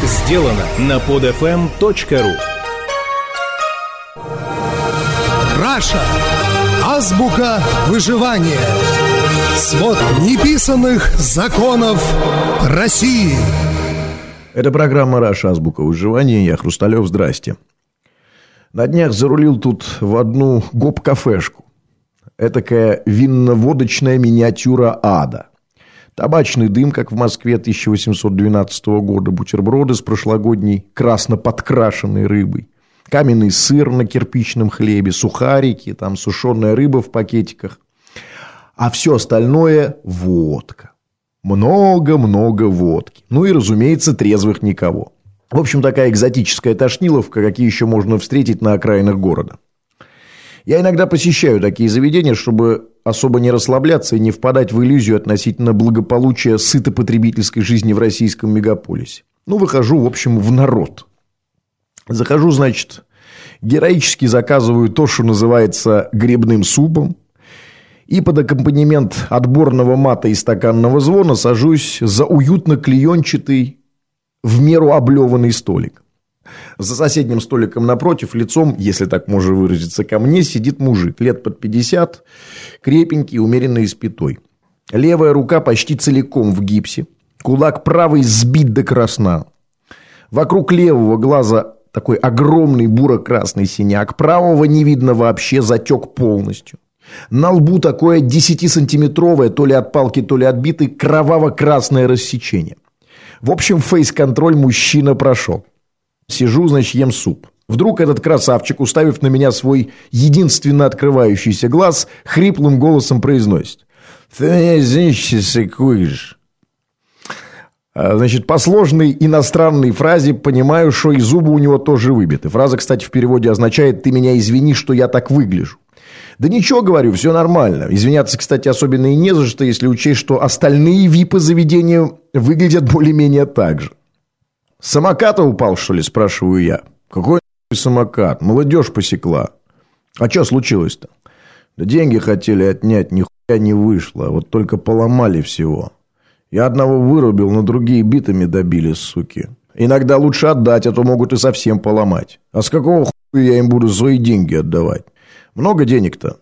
Сделано на podfm.ru. Раша. Азбука выживания. Свод неписанных законов России. Это программа «Раша. Азбука выживания». Я Хрусталев. Здрасте. На днях зарулил тут в одну гоп-кафешку. Этакая винно-водочная миниатюра ада. Табачный дым, как в Москве 1812 года, бутерброды с прошлогодней красно подкрашенной рыбой, каменный сыр на кирпичном хлебе, сухарики, там сушеная рыба в пакетиках. А все остальное – водка. Много-много водки. Ну и, разумеется, трезвых никого. В общем, такая экзотическая тошниловка, какие еще можно встретить на окраинах города. Я иногда посещаю такие заведения, чтобы особо не расслабляться и не впадать в иллюзию относительно благополучия сыто-потребительской жизни в российском мегаполисе. Ну, выхожу, в общем, в народ. Захожу, значит, героически заказываю то, что называется грибным супом, и под аккомпанемент отборного мата и стаканного звона сажусь за уютно клеенчатый, в меру облеванный столик. За соседним столиком напротив, лицом, если так можно выразиться, ко мне сидит мужик, лет под 50, крепенький, умеренно испитой. Левая рука почти целиком в гипсе, кулак правый сбит до красна. Вокруг левого глаза такой огромный буро-красный синяк, правого не видно вообще, затек полностью. На лбу такое 10-сантиметровое, то ли от палки, то ли от биты, кроваво-красное рассечение. В общем, фейс-контроль мужчина прошел. Сижу, значит, ем суп. Вдруг этот красавчик, уставив на меня свой единственно открывающийся глаз, хриплым голосом произносит: «Ты меня, извините, сыкуешь». Значит, по сложной иностранной фразе понимаю, что и зубы у него тоже выбиты. Фраза, кстати, в переводе означает: «Ты меня извини, что я так выгляжу». Да ничего, говорю, все нормально. Извиняться, кстати, особенно и не за что, если учесть, что остальные випы заведения выглядят более-менее так же. «С самоката упал, что ли?» – спрашиваю я. «Какой самокат? Молодежь посекла». «А что случилось-то?» «Да деньги хотели отнять, нихуя не вышло, вот только поломали всего. Я одного вырубил, но другие битами добили, суки. Иногда лучше отдать, а то могут и совсем поломать. А с какого хуя я им буду свои деньги отдавать? Много денег-то?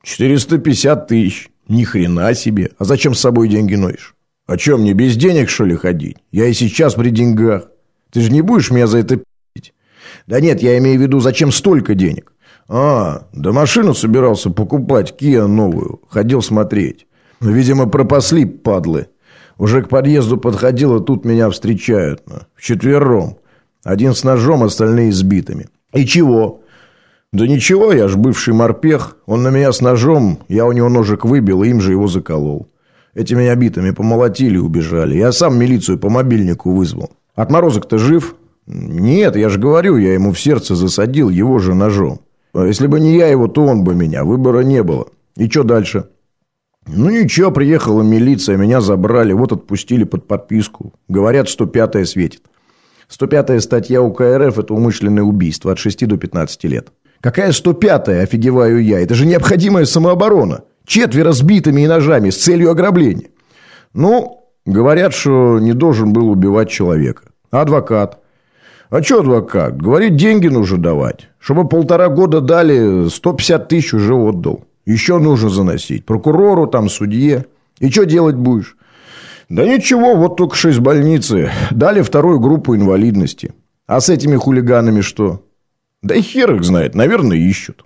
450 тысяч. Ни хрена себе. А зачем с собой деньги ноешь? А что, мне без денег, что ли, ходить? Я и сейчас при деньгах. Ты же не будешь меня за это пи***ть?» «Да нет, я имею в виду, зачем столько денег?» «Да машину собирался покупать, Kia новую. Ходил смотреть. Видимо, пропасли, падлы. Уже к подъезду подходил, а тут меня встречают. Вчетвером. Один с ножом, остальные с битами. И чего?» «Да ничего, я ж бывший морпех. Он на меня с ножом, я у него ножик выбил, и им же его заколол. Эти меня битами помолотили и убежали. Я сам милицию по мобильнику вызвал. Отморозок-то жив?» «Нет, я же говорю, я ему в сердце засадил его же ножом. А если бы не я его, то он бы меня. Выбора не было. И что дальше?» «Ну ничего, приехала милиция, меня забрали, вот отпустили под подписку. Говорят, 105-я светит. 105-я статья УК РФ – это умышленное убийство от 6 до 15 лет. Какая 105-я, офигеваю я? Это же необходимая самооборона. 4 с битами и ножами с целью ограбления. Ну, говорят, что не должен был убивать человека. А адвокат? А что адвокат? Говорит, деньги нужно давать. Чтобы 1,5 года дали, 150 тысяч уже отдал. Еще нужно заносить. Прокурору, там, судье. И что делать будешь? Да ничего, вот только что из больницы. Дали 2-ю группу инвалидности. А с этими хулиганами что? Да и хер их знает, наверное, ищут.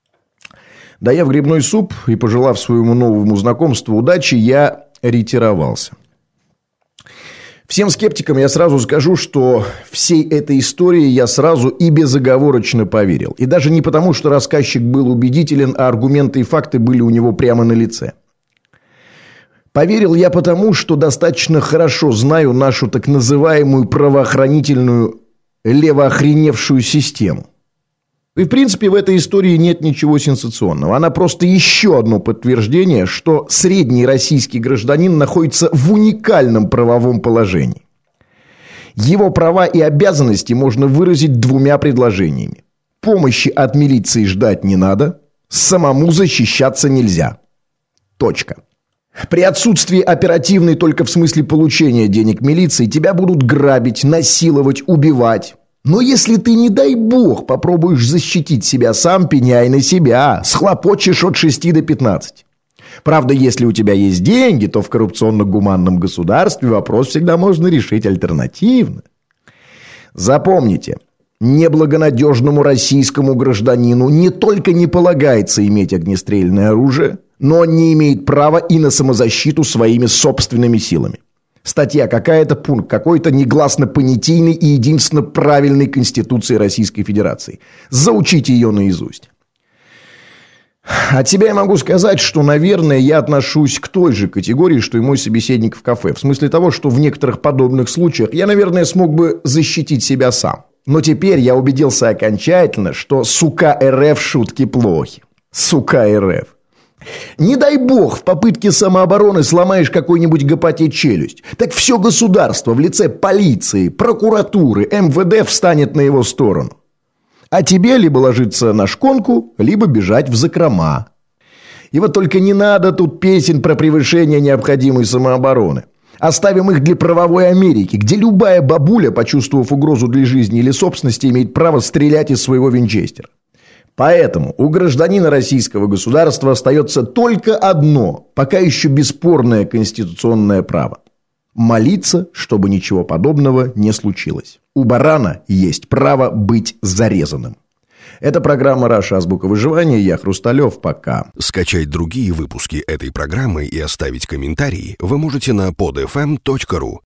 Доев грибной суп и пожелав своему новому знакомству удачи, я ретировался. Всем скептикам я сразу скажу, что всей этой истории я сразу и безоговорочно поверил. И даже не потому, что рассказчик был убедителен, а аргументы и факты были у него прямо на лице. Поверил я потому, что достаточно хорошо знаю нашу так называемую правоохранительную левоохреневшую систему. И, в принципе, в этой истории нет ничего сенсационного. Она просто еще одно подтверждение, что средний российский гражданин находится в уникальном правовом положении. Его права и обязанности можно выразить 2 предложениями. Помощи от милиции ждать не надо, самому защищаться нельзя. Точка. При отсутствии оперативной только в смысле получения денег милиции тебя будут грабить, насиловать, убивать. Но если ты, не дай бог, попробуешь защитить себя сам, пеняй на себя, схлопочешь от 6 до 15. Правда, если у тебя есть деньги, то в коррупционно-гуманном государстве вопрос всегда можно решить альтернативно. Запомните, неблагонадежному российскому гражданину не только не полагается иметь огнестрельное оружие, но он не имеет права и на самозащиту своими собственными силами. Статья какая-то, пункт какой-то, негласно понятийный и единственно правильной Конституции Российской Федерации. Заучите ее наизусть. От себя я могу сказать, что, наверное, я отношусь к той же категории, что и мой собеседник в кафе. В смысле того, что в некоторых подобных случаях я, наверное, смог бы защитить себя сам. Но теперь я убедился окончательно, что сука РФ шутки плохи. Сука РФ. Не дай бог в попытке самообороны сломаешь какой-нибудь гопоте челюсть. Так все государство в лице полиции, прокуратуры, МВД встанет на его сторону. А тебе либо ложиться на шконку, либо бежать в закрома. И вот только не надо тут песен про превышение необходимой самообороны. Оставим их для правовой Америки, где любая бабуля, почувствовав угрозу для жизни или собственности, имеет право стрелять из своего винчестера. Поэтому у гражданина российского государства остается только одно, пока еще бесспорное конституционное право – молиться, чтобы ничего подобного не случилось. У барана есть право быть зарезанным. Это программа «Раша. Азбука выживания». Я Хрусталев. Пока. Скачать другие выпуски этой программы и оставить комментарии вы можете на podfm.ru.